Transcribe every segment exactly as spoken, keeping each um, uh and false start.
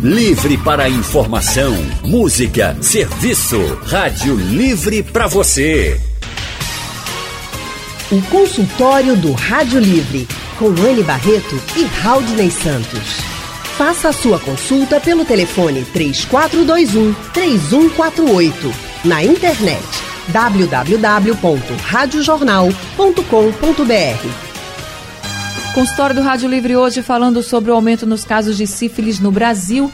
Livre para informação, música, serviço. Rádio Livre para você. O consultório do Rádio Livre, com Anne Barreto e Raudney Santos. Faça a sua consulta pelo telefone três quatro dois um, três um quatro oito. Na internet w w w ponto rádio jornal ponto com ponto b r. Consultório do Rádio Livre hoje falando sobre o aumento nos casos de sífilis no Brasil.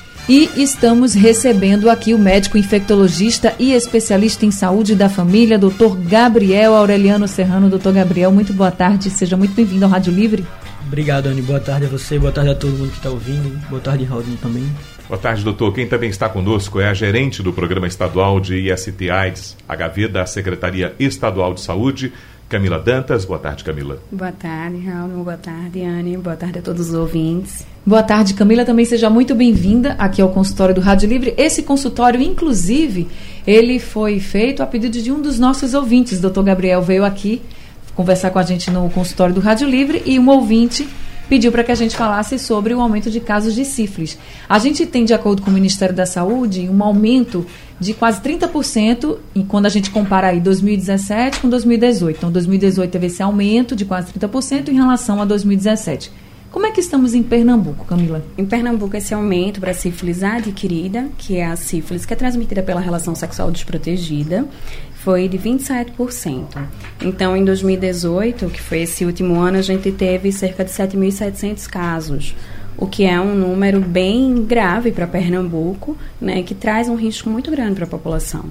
E estamos recebendo aqui o médico infectologista e especialista em saúde da família, doutor Gabriel Aureliano Serrano. Doutor Gabriel, muito boa tarde, seja muito bem-vindo ao Rádio Livre. Obrigado, Anny. Boa tarde a você, boa tarde a todo mundo que está ouvindo. Boa tarde, Raudney, também. Boa tarde, doutor. Quem também está conosco é a gerente do Programa Estadual de I S T AIDS H V da Secretaria Estadual de Saúde, Camila Dantas. Boa tarde, Camila. Boa tarde, Raul. Boa tarde, Anny. Boa tarde a todos os ouvintes. Boa tarde, Camila. Também seja muito bem-vinda aqui ao consultório do Rádio Livre. Esse consultório, inclusive, ele foi feito a pedido de um dos nossos ouvintes. O doutor Gabriel veio aqui conversar com a gente no consultório do Rádio Livre e um ouvinte pediu para que a gente falasse sobre o aumento de casos de sífilis. A gente tem, de acordo com o Ministério da Saúde, um aumento de quase trinta por cento e quando a gente compara aí dois mil e dezessete com dois mil e dezoito. Então, dois mil e dezoito teve esse aumento de quase trinta por cento em relação a dois mil e dezessete. Como é que estamos em Pernambuco, Camila? Em Pernambuco, esse aumento para a sífilis adquirida, que é a sífilis que é transmitida pela relação sexual desprotegida, foi de vinte e sete por cento. Então, em dois mil e dezoito, que foi esse último ano, a gente teve cerca de sete mil e setecentos casos, o que é um número bem grave para Pernambuco, né, que traz um risco muito grande para a população.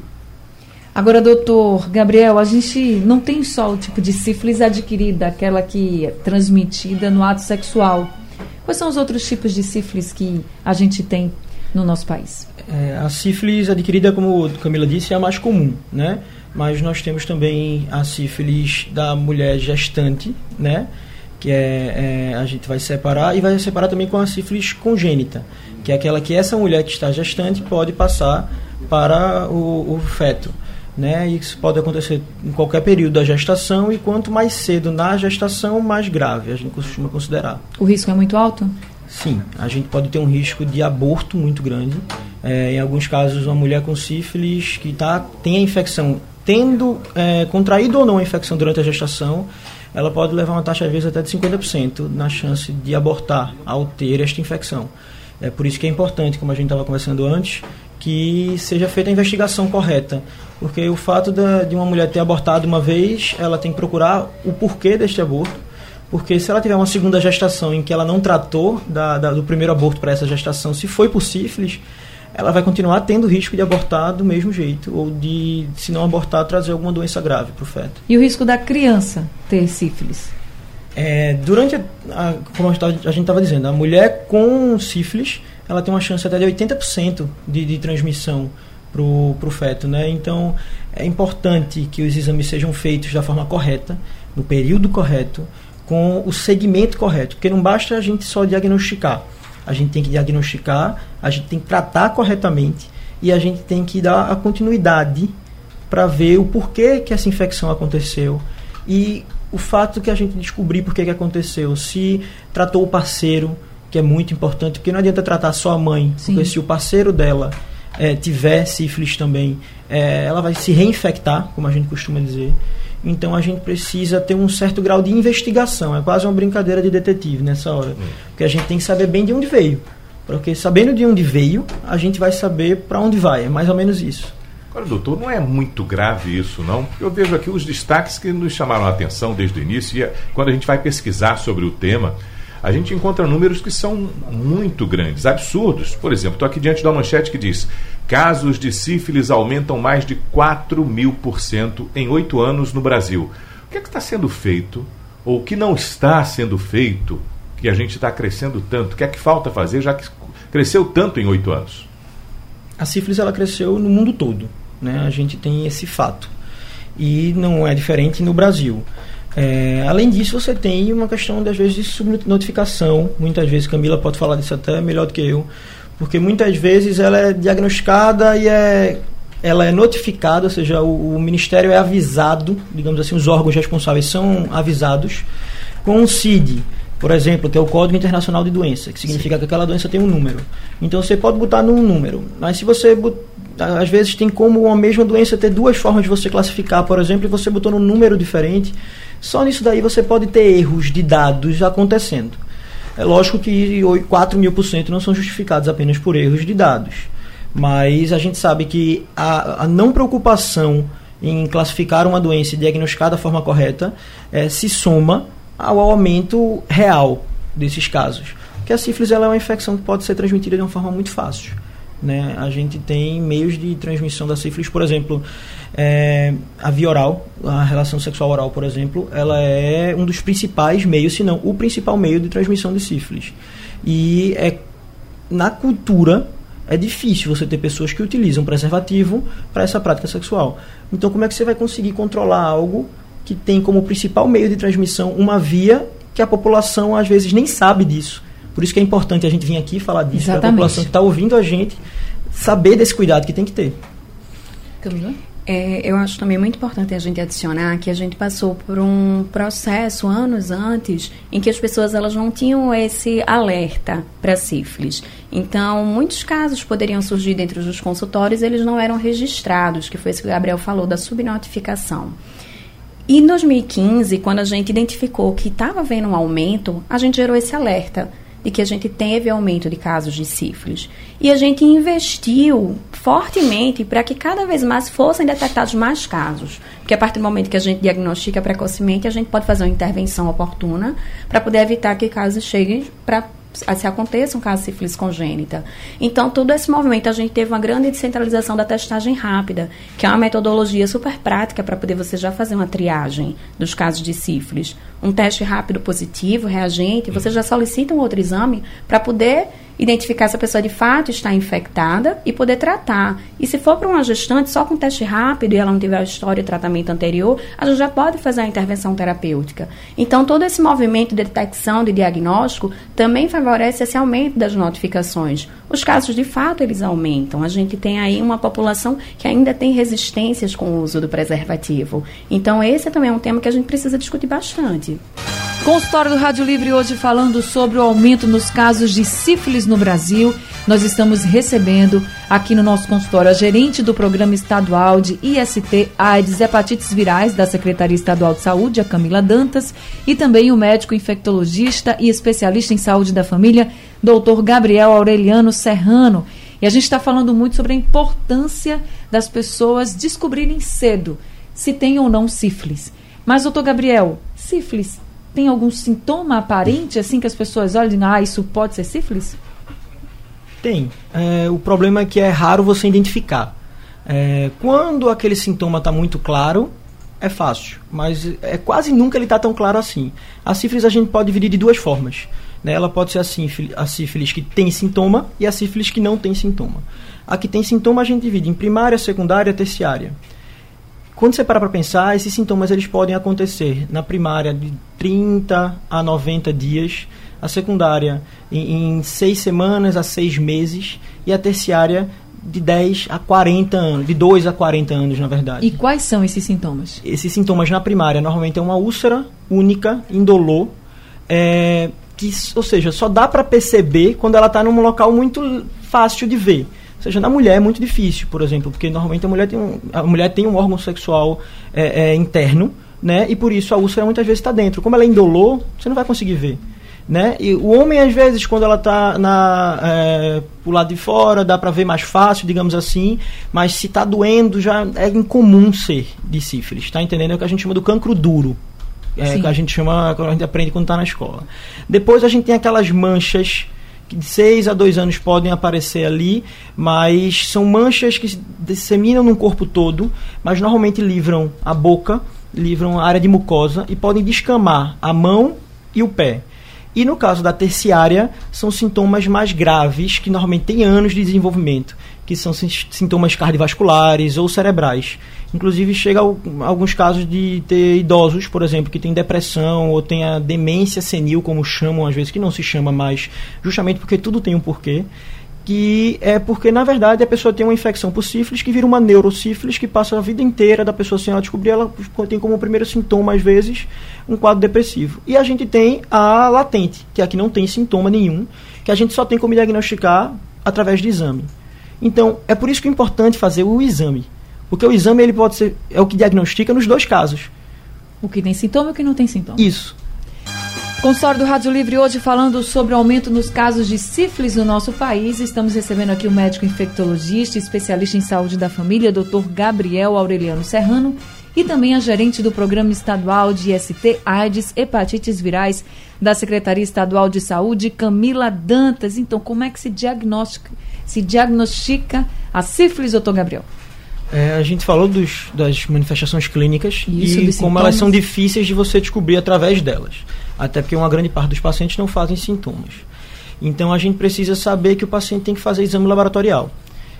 Agora, doutor Gabriel, a gente não tem só o tipo de sífilis adquirida, aquela que é transmitida no ato sexual. Quais são os outros tipos de sífilis que a gente tem no nosso país? É, a sífilis adquirida, como a Camila disse, é a mais comum, né? Mas nós temos também a sífilis da mulher gestante, né? Que é, é, a gente vai separar, e vai separar também com a sífilis congênita, que é aquela que essa mulher que está gestante pode passar para o, o feto. Né? Isso pode acontecer em qualquer período da gestação e quanto mais cedo na gestação, mais grave, a gente costuma considerar. O risco é muito alto? Sim, a gente pode ter um risco de aborto muito grande. É, em alguns casos, uma mulher com sífilis que tá, tem a infecção, tendo é, contraído ou não a infecção durante a gestação, ela pode levar uma taxa, às vezes, até de cinquenta por cento na chance de abortar ao ter esta infecção. É por isso que é importante, como a gente estava conversando antes, que seja feita a investigação correta, porque o fato de, de uma mulher ter abortado uma vez, ela tem que procurar o porquê deste aborto, porque se ela tiver uma segunda gestação em que ela não tratou da, da, do primeiro aborto para essa gestação, se foi por sífilis, ela vai continuar tendo risco de abortar do mesmo jeito, ou de, se não abortar, trazer alguma doença grave para o feto. E o risco da criança ter sífilis? É, durante, a, a, como a gente estava dizendo, a mulher com sífilis, ela tem uma chance até de oitenta por cento de, de transmissão para o feto, né? Então, é importante que os exames sejam feitos da forma correta, no período correto, com o segmento correto, porque não basta a gente só diagnosticar. A gente tem que diagnosticar, a gente tem que tratar corretamente e a gente tem que dar a continuidade para ver o porquê que essa infecção aconteceu e o fato que a gente descobrir porquê que aconteceu, se tratou o parceiro, que é muito importante, porque não adianta tratar só a mãe, Sim. porque se o parceiro dela é, tiver sífilis também, é, ela vai se reinfectar, como a gente costuma dizer. Então a gente precisa ter um certo grau de investigação, é quase uma brincadeira de detetive nessa hora, hum. porque a gente tem que saber bem de onde veio, porque sabendo de onde veio, a gente vai saber para onde vai, é mais ou menos isso. Agora, doutor, não é muito grave isso, não? Eu vejo aqui os destaques que nos chamaram a atenção desde o início, e quando a gente vai pesquisar sobre o tema, a gente encontra números que são muito grandes, absurdos. Por exemplo, estou aqui diante de uma manchete que diz: casos de sífilis aumentam mais de quatro mil por cento em oito anos no Brasil. O que é que está sendo feito, ou o que não está sendo feito, que a gente está crescendo tanto? O que é que falta fazer, já que cresceu tanto em oito anos? A sífilis, ela cresceu no mundo todo, né? A gente tem esse fato. E não é diferente no Brasil. É, além disso, você tem uma questão, às vezes, de subnotificação. Muitas vezes, Camila pode falar disso até melhor do que eu, porque muitas vezes ela é diagnosticada e é, ela é notificada, ou seja, o, o Ministério é avisado, digamos assim, os órgãos responsáveis são avisados com um C I D, Por exemplo, tem o Código Internacional de Doença, que significa que aquela doença tem um número. Então você pode botar num número, mas se você às vezes tem como uma mesma doença ter duas formas de você classificar, por exemplo, e você botou num número diferente, só nisso daí você pode ter erros de dados acontecendo. É lógico que quatro mil por cento não são justificados apenas por erros de dados, mas a gente sabe que a, a não preocupação em classificar uma doença e diagnosticar da forma correta é, se soma ao aumento real desses casos. Porque a sífilis ela é uma infecção que pode ser transmitida de uma forma muito fácil, né? A gente tem meios de transmissão da sífilis, por exemplo, é, a via oral, a relação sexual oral, por exemplo, ela é um dos principais meios, se não o principal meio de transmissão de sífilis. E é, na cultura é difícil você ter pessoas que utilizam preservativo para essa prática sexual. Então, como é que você vai conseguir controlar algo que tem como principal meio de transmissão uma via que a população às vezes nem sabe disso? Por isso que é importante a gente vir aqui falar disso, para a população que está ouvindo a gente saber desse cuidado que tem que ter. Camila? É, eu acho também muito importante a gente adicionar que a gente passou por um processo anos antes em que as pessoas elas não tinham esse alerta para sífilis. Então, muitos casos poderiam surgir dentro dos consultórios, eles não eram registrados, que foi isso que o Gabriel falou, da subnotificação. E em dois mil e quinze, quando a gente identificou que estava havendo um aumento, a gente gerou esse alerta de que a gente teve aumento de casos de sífilis. E a gente investiu fortemente para que cada vez mais fossem detectados mais casos. Porque a partir do momento que a gente diagnostica precocemente, a gente pode fazer uma intervenção oportuna para poder evitar que casos cheguem para se aconteça um caso de sífilis congênita. Então, todo esse movimento, a gente teve uma grande descentralização da testagem rápida, que é uma metodologia super prática para poder você já fazer uma triagem dos casos de sífilis. Um teste rápido positivo, reagente, você já solicita um outro exame para poder identificar se a pessoa de fato está infectada e poder tratar. E se for para uma gestante, só com teste rápido e ela não tiver a história de tratamento anterior, a gente já pode fazer a intervenção terapêutica. Então, todo esse movimento de detecção, de diagnóstico, também favorece esse aumento das notificações. Os casos, de fato, eles aumentam. A gente tem aí uma população que ainda tem resistências com o uso do preservativo. Então, esse também é um tema que a gente precisa discutir bastante. Consultório do Rádio Livre hoje falando sobre o aumento nos casos de sífilis no Brasil. Nós estamos recebendo aqui no nosso consultório a gerente do Programa Estadual de I S T, AIDS e Hepatites Virais da Secretaria Estadual de Saúde, a Camila Dantas, e também o médico infectologista e especialista em saúde da família, doutor Gabriel Aureliano Serrano. E a gente está falando muito sobre a importância das pessoas descobrirem cedo se tem ou não sífilis. Mas, doutor Gabriel, sífilis tem algum sintoma aparente, assim, que as pessoas olham, ah, isso pode ser sífilis? Tem. É, o problema é que é raro você identificar. É, quando aquele sintoma está muito claro, é fácil, mas é, quase nunca ele está tão claro assim. A sífilis a gente pode dividir de duas formas, né? Ela pode ser a sífilis, a sífilis que tem sintoma e a sífilis que não tem sintoma. A que tem sintoma a gente divide em primária, secundária e terciária. Quando você para para pensar, esses sintomas eles podem acontecer na primária de trinta a noventa dias, a secundária em, em seis semanas a seis meses e a terciária de dez a quarenta anos, de dois a quarenta anos, na verdade. E quais são esses sintomas? Esses sintomas na primária normalmente é uma úlcera única, indolor, é, que, ou seja, só dá para perceber quando ela está num local muito fácil de ver. Ou seja, na mulher é muito difícil, por exemplo, porque normalmente a mulher tem um, a mulher tem um órgão sexual é, é, interno, né? E por isso a úlcera muitas vezes está dentro. Como ela é indolor, você não vai conseguir ver, né? E o homem, às vezes, quando ela está é, pro lado de fora, dá para ver mais fácil, digamos assim, mas se está doendo, já é incomum ser de sífilis, está entendendo? É o que a gente chama do cancro duro. É o que a gente chama, que a gente aprende quando está na escola. Depois a gente tem aquelas manchas que de seis a dois anos podem aparecer ali, mas são manchas que se disseminam no corpo todo, mas normalmente livram a boca, livram a área de mucosa e podem descamar a mão e o pé. E no caso da terciária, são sintomas mais graves, que normalmente têm anos de desenvolvimento, que são sintomas cardiovasculares ou cerebrais. Inclusive, chega a alguns casos de ter idosos, por exemplo, que têm depressão ou têm a demência senil, como chamam às vezes, que não se chama mais, justamente porque tudo tem um porquê. que é porque, na verdade, a pessoa tem uma infecção por sífilis que vira uma neurosífilis que passa a vida inteira da pessoa sem ela descobrir. Ela tem como primeiro sintoma, às vezes, um quadro depressivo. E a gente tem a latente, que aqui não tem sintoma nenhum, que a gente só tem como diagnosticar através de exame. Então, é por isso que é importante fazer o exame. Porque o exame ele pode ser, é o que diagnostica nos dois casos. O que tem sintoma e o que não tem sintoma. Isso. Consultório do Rádio Livre hoje falando sobre o aumento nos casos de sífilis no nosso país. Estamos recebendo aqui o médico infectologista, especialista em saúde da família, doutor Gabriel Aureliano Serrano, e também a gerente do Programa Estadual de I S T, AIDS, Hepatites Virais, da Secretaria Estadual de Saúde, Camila Dantas. Então, como é que se diagnostica, se diagnostica a sífilis, doutor Gabriel? É, a gente falou dos, das manifestações clínicas. Isso, e como elas são difíceis de você descobrir através delas. Até porque uma grande parte dos pacientes não fazem sintomas. Então a gente precisa saber que o paciente tem que fazer exame laboratorial.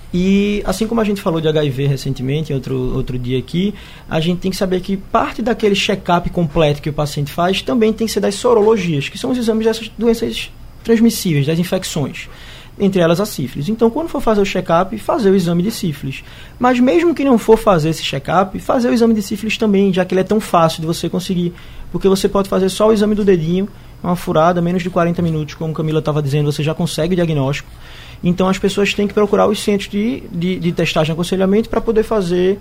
E assim como a gente falou de H I V recentemente, outro, outro dia aqui, a gente tem que saber que parte daquele check-up completo que o paciente faz também tem que ser das sorologias, que são os exames dessas doenças transmissíveis, das infecções. Entre elas a sífilis. Então, quando for fazer o check-up, fazer o exame de sífilis. Mas mesmo que não for fazer esse check-up, fazer o exame de sífilis também, já que ele é tão fácil de você conseguir. Porque você pode fazer só o exame do dedinho, uma furada, menos de quarenta minutos, como Camila estava dizendo, você já consegue o diagnóstico. Então, as pessoas têm que procurar os centros de, de, de testagem e aconselhamento para poder fazer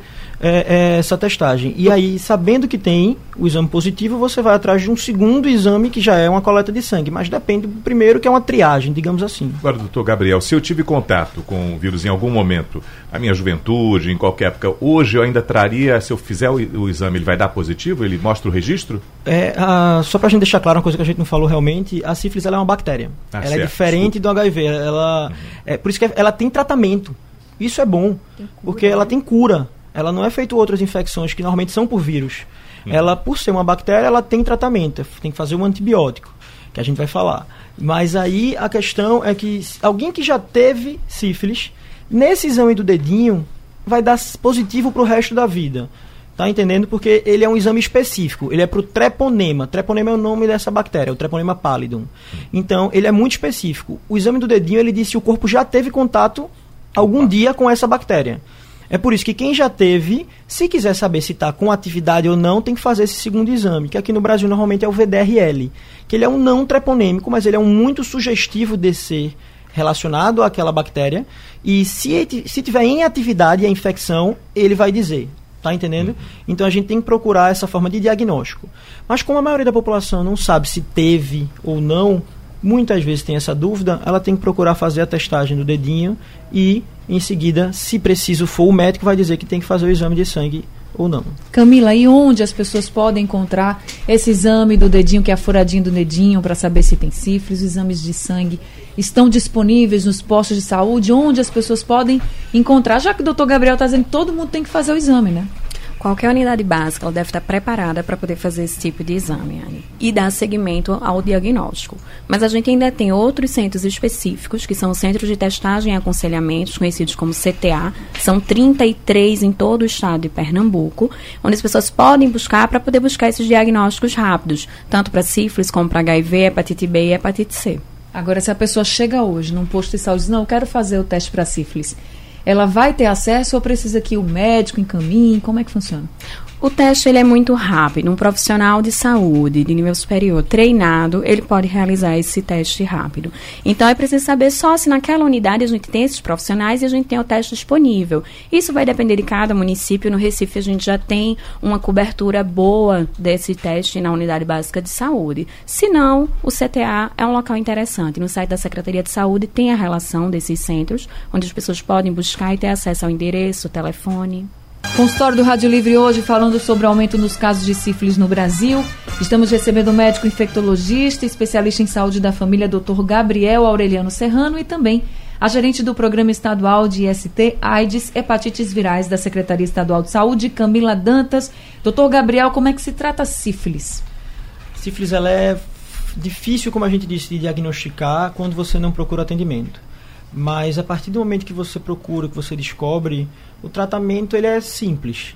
é, é, essa testagem. E aí, sabendo que tem o exame positivo, você vai atrás de um segundo exame, que já é uma coleta de sangue. Mas depende do primeiro, que é uma triagem, digamos assim. Agora, doutor Gabriel, se eu tive contato com o vírus em algum momento, na minha juventude, em qualquer época, hoje eu ainda traria, se eu fizer o, o exame, ele vai dar positivo? Ele mostra o registro? É, a, só para a gente deixar claro uma coisa que a gente não falou realmente, a sífilis ela é uma bactéria. Ah, ela certo. é diferente do H I V. Ela, uhum. é, por isso que ela tem tratamento. Isso é bom, porque ela tem cura. Ela não é feito outras infecções que normalmente são por vírus. Uhum. Ela, por ser uma bactéria, ela tem tratamento. Tem que fazer um antibiótico, que a gente vai falar. Mas aí a questão é que alguém que já teve sífilis, nesse exame do dedinho, vai dar positivo para o resto da vida. Tá entendendo? Porque ele é um exame específico. Ele é para o treponema. Treponema é o nome dessa bactéria, o treponema pallidum. Então, ele é muito específico. O exame do dedinho, ele diz se o corpo já teve contato algum dia com essa bactéria. É por isso que quem já teve, se quiser saber se está com atividade ou não, tem que fazer esse segundo exame, que aqui no Brasil normalmente é o V D R L, que ele é um não treponêmico, mas ele é um muito sugestivo de ser relacionado àquela bactéria. E se, se tiver em atividade a infecção, ele vai dizer. Tá entendendo? Então a gente tem que procurar essa forma de diagnóstico. Mas como a maioria da população não sabe se teve ou não, muitas vezes tem essa dúvida, ela tem que procurar fazer a testagem do dedinho e, em seguida, se preciso for, o médico vai dizer que tem que fazer o exame de sangue ou não. Camila, e onde as pessoas podem encontrar esse exame do dedinho, que é a furadinha do dedinho, para saber se tem sífilis? Os exames de sangue estão disponíveis nos postos de saúde? Onde as pessoas podem encontrar? Já que o doutor Gabriel está dizendo que todo mundo tem que fazer o exame, né? Qualquer unidade básica ela deve estar preparada para poder fazer esse tipo de exame, Anny, e dar seguimento ao diagnóstico. Mas a gente ainda tem outros centros específicos, que são os Centros de Testagem e Aconselhamentos, conhecidos como C T A. São trinta e três em todo o estado de Pernambuco, onde as pessoas podem buscar para poder buscar esses diagnósticos rápidos, tanto para sífilis como para H I V, hepatite B e hepatite C. Agora, se a pessoa chega hoje num posto de saúde e diz, não, eu quero fazer o teste para sífilis, ela vai ter acesso ou precisa que o médico encaminhe? Como é que funciona? O teste ele é muito rápido. Um profissional de saúde de nível superior treinado, ele pode realizar esse teste rápido. Então, é preciso saber só se naquela unidade a gente tem esses profissionais e a gente tem o teste disponível. Isso vai depender de cada município. No Recife, a gente já tem uma cobertura boa desse teste na unidade básica de saúde. Se não, o C T A é um local interessante. No site da Secretaria de Saúde tem a relação desses centros, onde as pessoas podem buscar e ter acesso ao endereço, telefone. Consultório do Rádio Livre hoje falando sobre o aumento nos casos de sífilis no Brasil. Estamos recebendo o médico infectologista, especialista em saúde da família, doutor Gabriel Aureliano Serrano, e também a gerente do Programa Estadual de I S T, AIDS, Hepatites Virais da Secretaria Estadual de Saúde, Camila Dantas. Doutor Gabriel, como é que se trata a sífilis? Sífilis ela é difícil, como a gente disse, de diagnosticar quando você não procura atendimento. Mas a partir do momento que você procura, que você descobre, o tratamento ele é simples.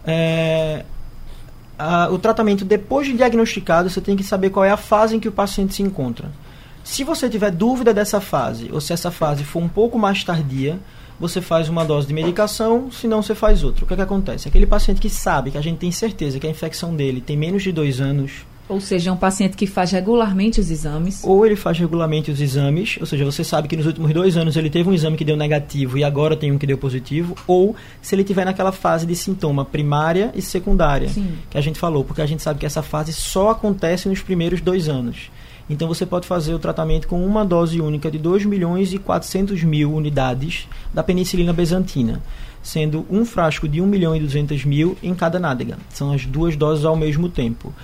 É, a, o tratamento, depois de diagnosticado, você tem que saber qual é a fase em que o paciente se encontra. Se você tiver dúvida dessa fase, ou se essa fase for um pouco mais tardia, você faz uma dose de medicação, se não você faz outra. O que é que acontece? Aquele paciente que sabe, que a gente tem certeza que a infecção dele tem menos de dois anos... Ou seja, é um paciente que faz regularmente os exames. Ou ele faz regularmente os exames, ou seja, você sabe que nos últimos dois anos ele teve um exame que deu negativo e agora tem um que deu positivo. Ou se ele estiver naquela fase de sintoma primária e secundária, Sim. que a gente falou, porque a gente sabe que essa fase só acontece nos primeiros dois anos. Então você pode fazer o tratamento com uma dose única de dois milhões e quatrocentos mil unidades da penicilina bezantina, sendo um frasco de um milhão e duzentos mil em cada nádega. São as duas doses ao mesmo tempo.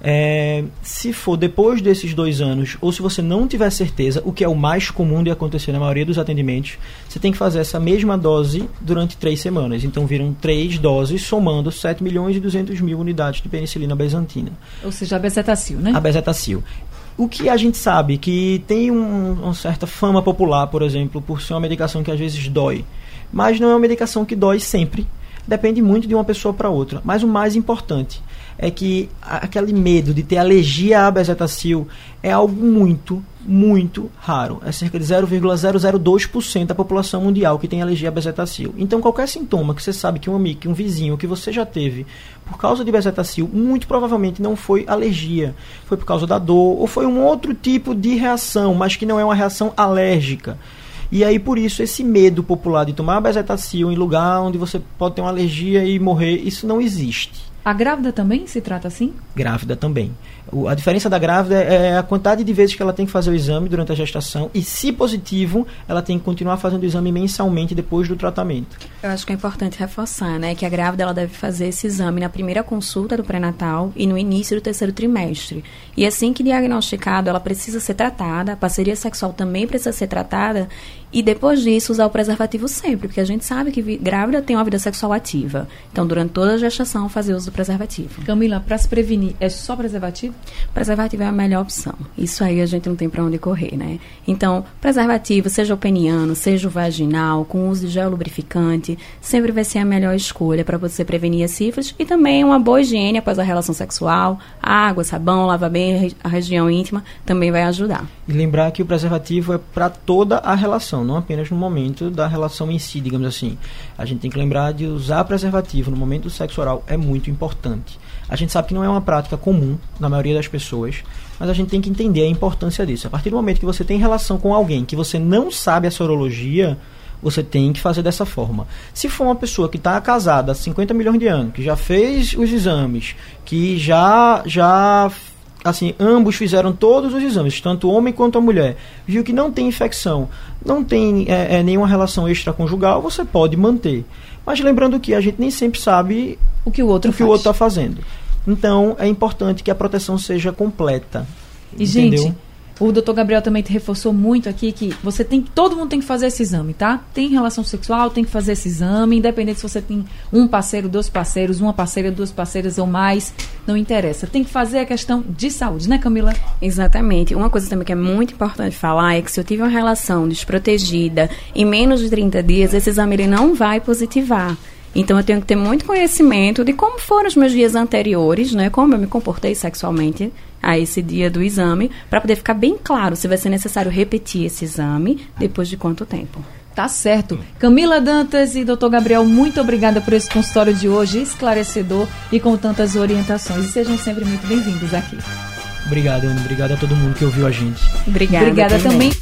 É, se for depois desses dois anos, ou se você não tiver certeza, o que é o mais comum de acontecer na maioria dos atendimentos, você tem que fazer essa mesma dose durante três semanas. Então viram três doses, somando sete milhões e duzentos mil unidades de penicilina bezantina. Ou seja, a bezetacil, né? A bezetacil. O que a gente sabe que tem um, uma certa fama popular, por exemplo, por ser uma medicação que às vezes dói, mas não é uma medicação que dói sempre. Depende muito de uma pessoa para outra. Mas o mais importante é que aquele medo de ter alergia à bezetacil é algo muito, muito raro. É cerca de zero vírgula zero zero dois por cento da população mundial que tem alergia à bezetacil. Então, qualquer sintoma que você sabe que um amigo, que um vizinho, que você já teve por causa de bezetacil, muito provavelmente não foi alergia. Foi por causa da dor ou foi um outro tipo de reação, mas que não é uma reação alérgica. E aí, por isso, esse medo popular de tomar bezetacil em lugar onde você pode ter uma alergia e morrer, isso não existe. A grávida também se trata assim? Grávida também. O, a diferença da grávida é a quantidade de vezes que ela tem que fazer o exame durante a gestação e, se positivo, ela tem que continuar fazendo o exame mensalmente depois do tratamento. Eu acho que é importante reforçar, né, que a grávida ela deve fazer esse exame na primeira consulta do pré-natal e no início do terceiro trimestre. E assim que diagnosticado, ela precisa ser tratada, a parceria sexual também precisa ser tratada e depois disso usar o preservativo sempre, porque a gente sabe que grávida tem uma vida sexual ativa. Então, durante toda a gestação, fazer uso do preservativo. Camila, para se prevenir, é só preservativo? Preservativo é a melhor opção. Isso aí a gente não tem para onde correr, né? Então, preservativo, seja o peniano, seja o vaginal, com uso de gel lubrificante, sempre vai ser a melhor escolha para você prevenir a sífilis e também uma boa higiene após a relação sexual, água, sabão, lavar bem a região íntima, também vai ajudar. E lembrar que o preservativo é para toda a relação, não apenas no momento da relação em si, digamos assim. A gente tem que lembrar de usar preservativo no momento do sexo oral, é muito importante. A gente sabe que não é uma prática comum na maioria das pessoas, mas a gente tem que entender a importância disso. A partir do momento que você tem relação com alguém que você não sabe a sorologia, você tem que fazer dessa forma. Se for uma pessoa que está casada há cinquenta milhões de anos, que já fez os exames, que já, já assim, ambos fizeram todos os exames, tanto o homem quanto a mulher, viu que não tem infecção, não tem é, é, nenhuma relação extraconjugal, você pode manter. Mas lembrando que a gente nem sempre sabe o que o outro o que o outro está fazendo. Então, é importante que a proteção seja completa. E, entendeu? gente, o doutor Gabriel também te reforçou muito aqui que você tem, todo mundo tem que fazer esse exame, tá? Tem relação sexual, tem que fazer esse exame, independente se você tem um parceiro, dois parceiros, uma parceira, duas parceiras ou mais, não interessa. Tem que fazer a questão de saúde, né, Camila? Exatamente. Uma coisa também que é muito importante falar é que se eu tive uma relação desprotegida em menos de trinta dias, esse exame ele não vai positivar. Então, eu tenho que ter muito conhecimento de como foram os meus dias anteriores, né? Como eu me comportei sexualmente a esse dia do exame, para poder ficar bem claro se vai ser necessário repetir esse exame depois de quanto tempo. Tá certo. Camila Dantas e doutor Gabriel, muito obrigada por esse consultório de hoje, esclarecedor e com tantas orientações. E sejam sempre muito bem-vindos aqui. Obrigado, Ana. Obrigado a todo mundo que ouviu a gente. Obrigada. Obrigada também.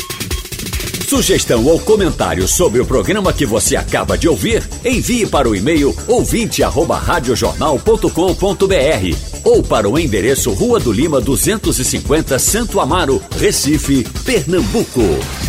Sugestão ou comentário sobre o programa que você acaba de ouvir, envie para o e-mail ouvinte arroba radiojornal ponto com ponto br ou para o endereço Rua do Lima duzentos e cinquenta, Santo Amaro, Recife, Pernambuco.